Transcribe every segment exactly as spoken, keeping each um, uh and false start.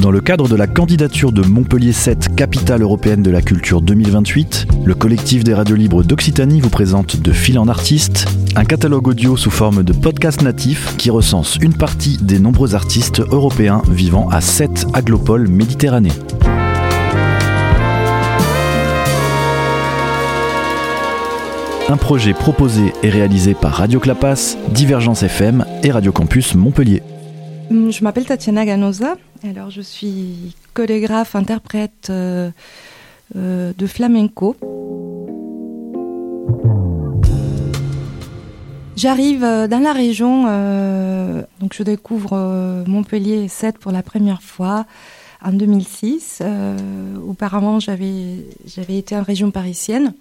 Dans le cadre de la candidature de Montpellier sept, capitale européenne de la culture deux mille vingt-huit, le collectif des radios libres d'Occitanie vous présente De fil en artiste, un catalogue audio sous forme de podcast natif qui recense une partie des nombreux artistes européens vivant à sept aglopoles méditerranéens. Un projet proposé et réalisé par Radio Clapas, Divergence F M et Radio Campus Montpellier. Je m'appelle Tatiana Ganosa, alors je suis chorégraphe, interprète euh, euh, de flamenco. J'arrive dans la région, euh, donc je découvre euh, Montpellier sept pour la première fois en deux mille six. Euh, auparavant, j'avais, j'avais été en région parisienne.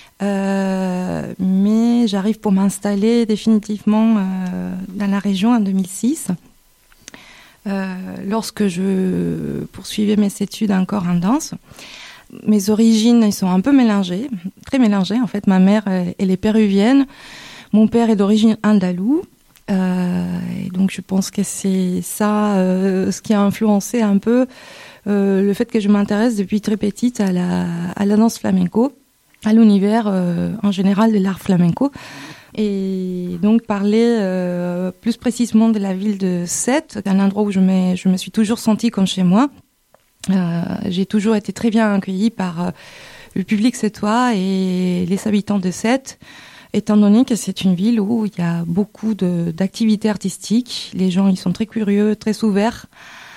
Euh, mais j'arrive pour m'installer définitivement euh, dans la région en deux mille six. Euh, lorsque je poursuivais mes études encore en danse. Mes origines, ils sont un peu mélangées, très mélangées en fait. Ma mère, elle est péruvienne, mon père est d'origine andalouse. Euh, et donc je pense que c'est ça euh, ce qui a influencé un peu euh, le fait que je m'intéresse depuis très petite à la, à la danse flamenco, à l'univers euh, en général de l'art flamenco. Et donc parler euh, plus précisément de la ville de Sète, un endroit où je me, je me suis toujours sentie comme chez moi. Euh, j'ai toujours été très bien accueillie par euh, le public sétois et les habitants de Sète, étant donné que c'est une ville où il y a beaucoup de, d'activités artistiques. Les gens, ils sont très curieux, très ouverts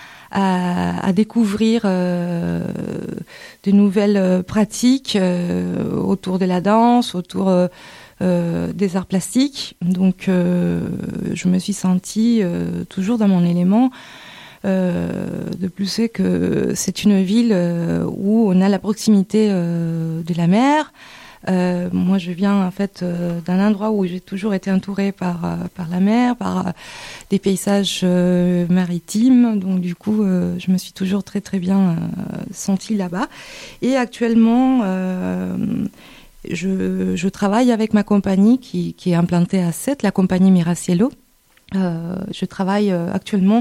à, à découvrir euh, de nouvelles pratiques euh, autour de la danse, autour euh, Euh, des arts plastiques. Donc euh, je me suis sentie euh, toujours dans mon élément. Euh, de plus c'est que c'est une ville euh, où on a la proximité euh, de la mer. Euh, moi je viens en fait euh, d'un endroit où j'ai toujours été entourée par, euh, par la mer, par euh, des paysages euh, maritimes. Donc du coup euh, je me suis toujours très très bien euh, sentie là-bas. Et actuellement euh, Je, je travaille avec ma compagnie qui, qui est implantée à Sète, la compagnie Miracielo. Euh, je travaille euh, actuellement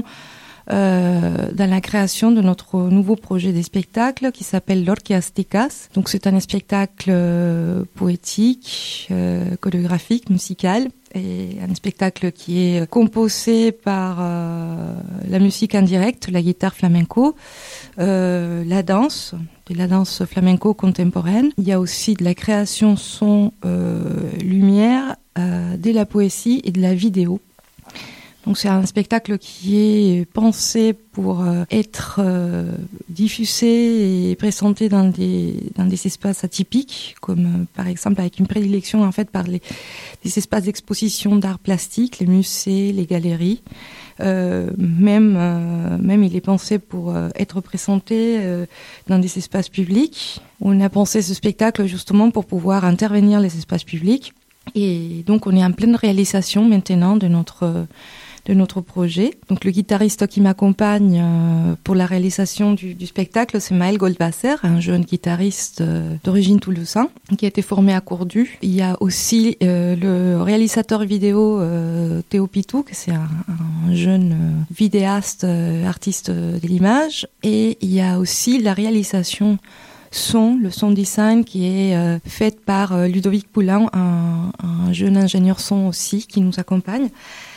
euh, dans la création de notre nouveau projet de spectacle qui s'appelle L'Orquiasticas. Donc c'est un spectacle euh, poétique, euh, chorégraphique, musical, et un spectacle qui est composé par euh, la musique en direct, la guitare flamenco, euh, la danse, de la danse flamenco contemporaine. Il y a aussi de la création son, euh, lumière, euh, de la poésie et de la vidéo. Donc c'est un spectacle qui est pensé pour euh, être euh, diffusé et présenté dans des dans des espaces atypiques, comme euh, par exemple avec une prédilection en fait par les des espaces d'exposition d'art plastique, les musées, les galeries. Euh, même euh, même il est pensé pour euh, être présenté euh, dans des espaces publics. On a pensé ce spectacle justement pour pouvoir intervenir les espaces publics. Et donc on est en pleine réalisation maintenant de notre de notre projet. Donc le guitariste qui m'accompagne euh, pour la réalisation du, du spectacle, c'est Maël Goldwasser, un jeune guitariste euh, d'origine toulousain qui a été formé à Cordoue. Il y a aussi euh, le réalisateur vidéo euh, Théo Pitou, que c'est un, un jeune euh, vidéaste, euh, artiste de l'image. Et il y a aussi la réalisation son, le son design qui est euh, fait par euh, Ludovic Poulain, un, un jeune ingénieur son aussi qui nous accompagne.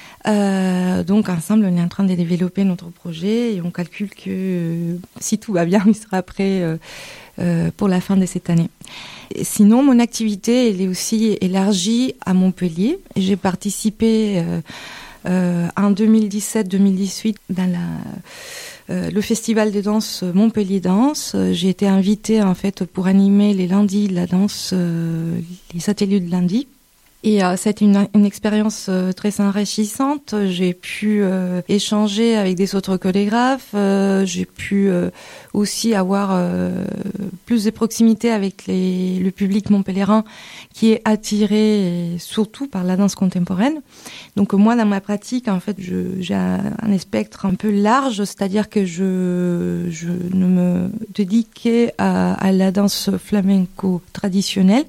Euh, donc ensemble on est en train de développer notre projet et on calcule que euh, si tout va bien il sera prêt euh, euh, pour la fin de cette année. Et sinon mon activité elle est aussi élargie à Montpellier. J'ai participé euh, euh, en deux mille dix-sept deux mille dix-huit dans la euh, le festival de danse Montpellier Danse. J'ai été invitée en fait pour animer les lundis de la danse, euh, les ateliers de lundi. Et euh, c'est une, une expérience euh, très enrichissante. J'ai pu euh, échanger avec des autres chorégraphes. Euh, j'ai pu euh, aussi avoir euh, plus de proximité avec les, le public montpelliérain qui est attiré surtout par la danse contemporaine. Donc moi, dans ma pratique, en fait, je, j'ai un, un spectre un peu large, c'est-à-dire que je, je ne me dédiquais à, à la danse flamenco traditionnelle,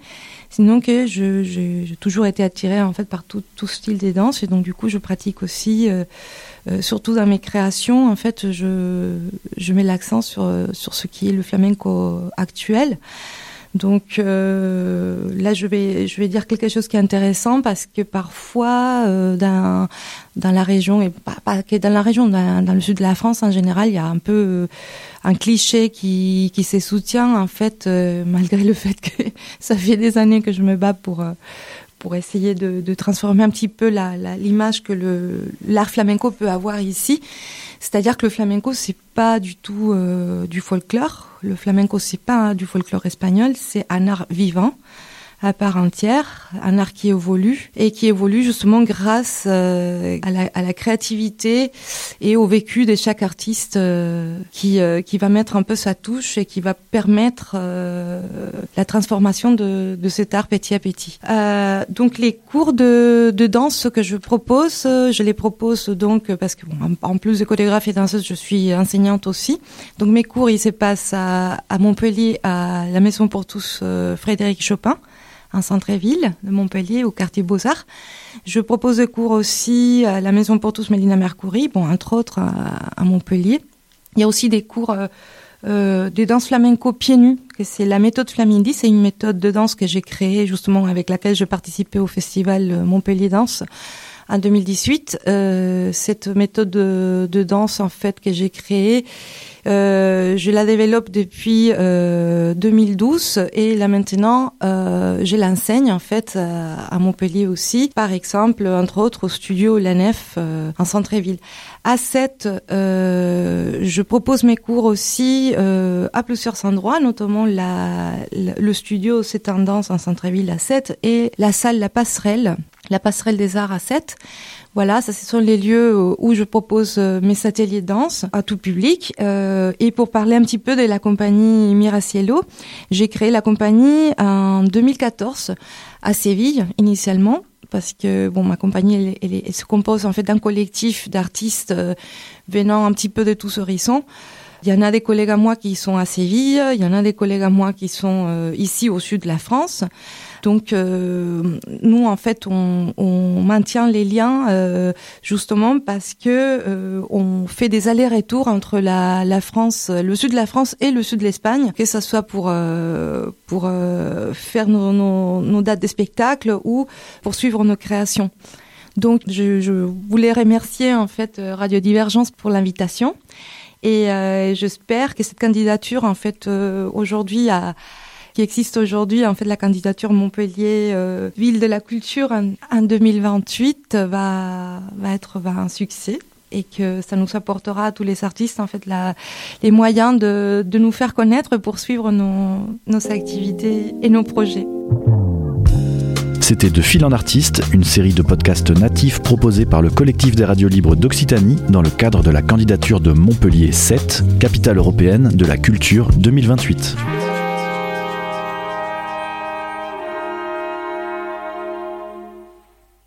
Sinon que je, je, j'ai toujours été attirée en fait par tout, tout style des danses et donc du coup je pratique aussi, euh, euh, surtout dans mes créations, en fait je, je mets l'accent sur, sur ce qui est le flamenco actuel. Donc euh, là, je vais je vais dire quelque chose qui est intéressant parce que parfois euh, dans dans la région et pas, pas que dans la région, dans, dans le sud de la France en général, il y a un peu euh, un cliché qui qui se soutient en fait euh, malgré le fait que ça fait des années que je me bats pour euh, pour essayer de, de transformer un petit peu la, la l'image que le l'art flamenco peut avoir ici. C'est-à-dire que le flamenco, c'est pas du tout euh, du folklore. Le flamenco, c'est pas hein, du folklore espagnol, c'est un art vivant, à part entière, un art qui évolue et qui évolue justement grâce euh, à, la, à la créativité et au vécu de chaque artiste euh, qui euh, qui va mettre un peu sa touche et qui va permettre euh, la transformation de, de cet art petit à petit. Euh, donc les cours de, de danse que je propose, je les propose donc parce que bon, en plus de chorégraphe et danseuse, je suis enseignante aussi. Donc mes cours ils se passent à, à Montpellier à la Maison pour tous euh, Frédéric Chopin, en centre-ville de Montpellier, au quartier Beaux-Arts. Je propose des cours aussi à la Maison pour tous Mélina Mercouri, bon, entre autres à, à Montpellier. Il y a aussi des cours euh, euh, de danse flamenco pieds nus, que c'est la méthode Flamindi. C'est une méthode de danse que j'ai créée justement avec laquelle je participais au festival Montpellier Danse en deux mille dix-huit. Euh, cette méthode de, de danse en fait que j'ai créée, Euh, je la développe depuis euh, deux mille douze et là maintenant euh, je l'enseigne en fait à, à Montpellier aussi, par exemple entre autres au studio La Nef euh, en centre-ville. À Sète, euh, je propose mes cours aussi euh, à plusieurs endroits, notamment la, la, le studio C'est Tendance en centre-ville à Sète et la salle La Passerelle, la Passerelle des Arts à Sète. Voilà, ça ce sont les lieux où je propose mes ateliers de danse à tout public. Euh, et pour parler un petit peu de la compagnie Miracielo, j'ai créé la compagnie en deux mille quatorze à Séville initialement, parce que bon, ma compagnie elle, elle, elle se compose en fait d'un collectif d'artistes euh, venant un petit peu de tous horizons. Il y en a des collègues à moi qui sont à Séville, il y en a des collègues à moi qui sont euh, ici au sud de la France. Donc euh, nous en fait on, on maintient les liens euh, justement parce que euh, on fait des allers-retours entre la, la France, le sud de la France et le sud de l'Espagne, que ça soit pour euh, pour euh, faire nos, nos, nos dates de spectacle ou pour suivre nos créations. Donc je, je voulais remercier en fait Radio Divergence pour l'invitation et euh, j'espère que cette candidature en fait euh, aujourd'hui a qui existe aujourd'hui, en fait, la candidature Montpellier euh, Ville de la Culture en, en deux mille vingt-huit va va être va un succès et que ça nous apportera à tous les artistes en fait la, les moyens de de nous faire connaître pour suivre nos nos activités et nos projets. C'était De Fil en Artiste, une série de podcasts natifs proposés par le collectif des radios libres d'Occitanie dans le cadre de la candidature de Montpellier sept, capitale européenne de la culture deux mille vingt-huit.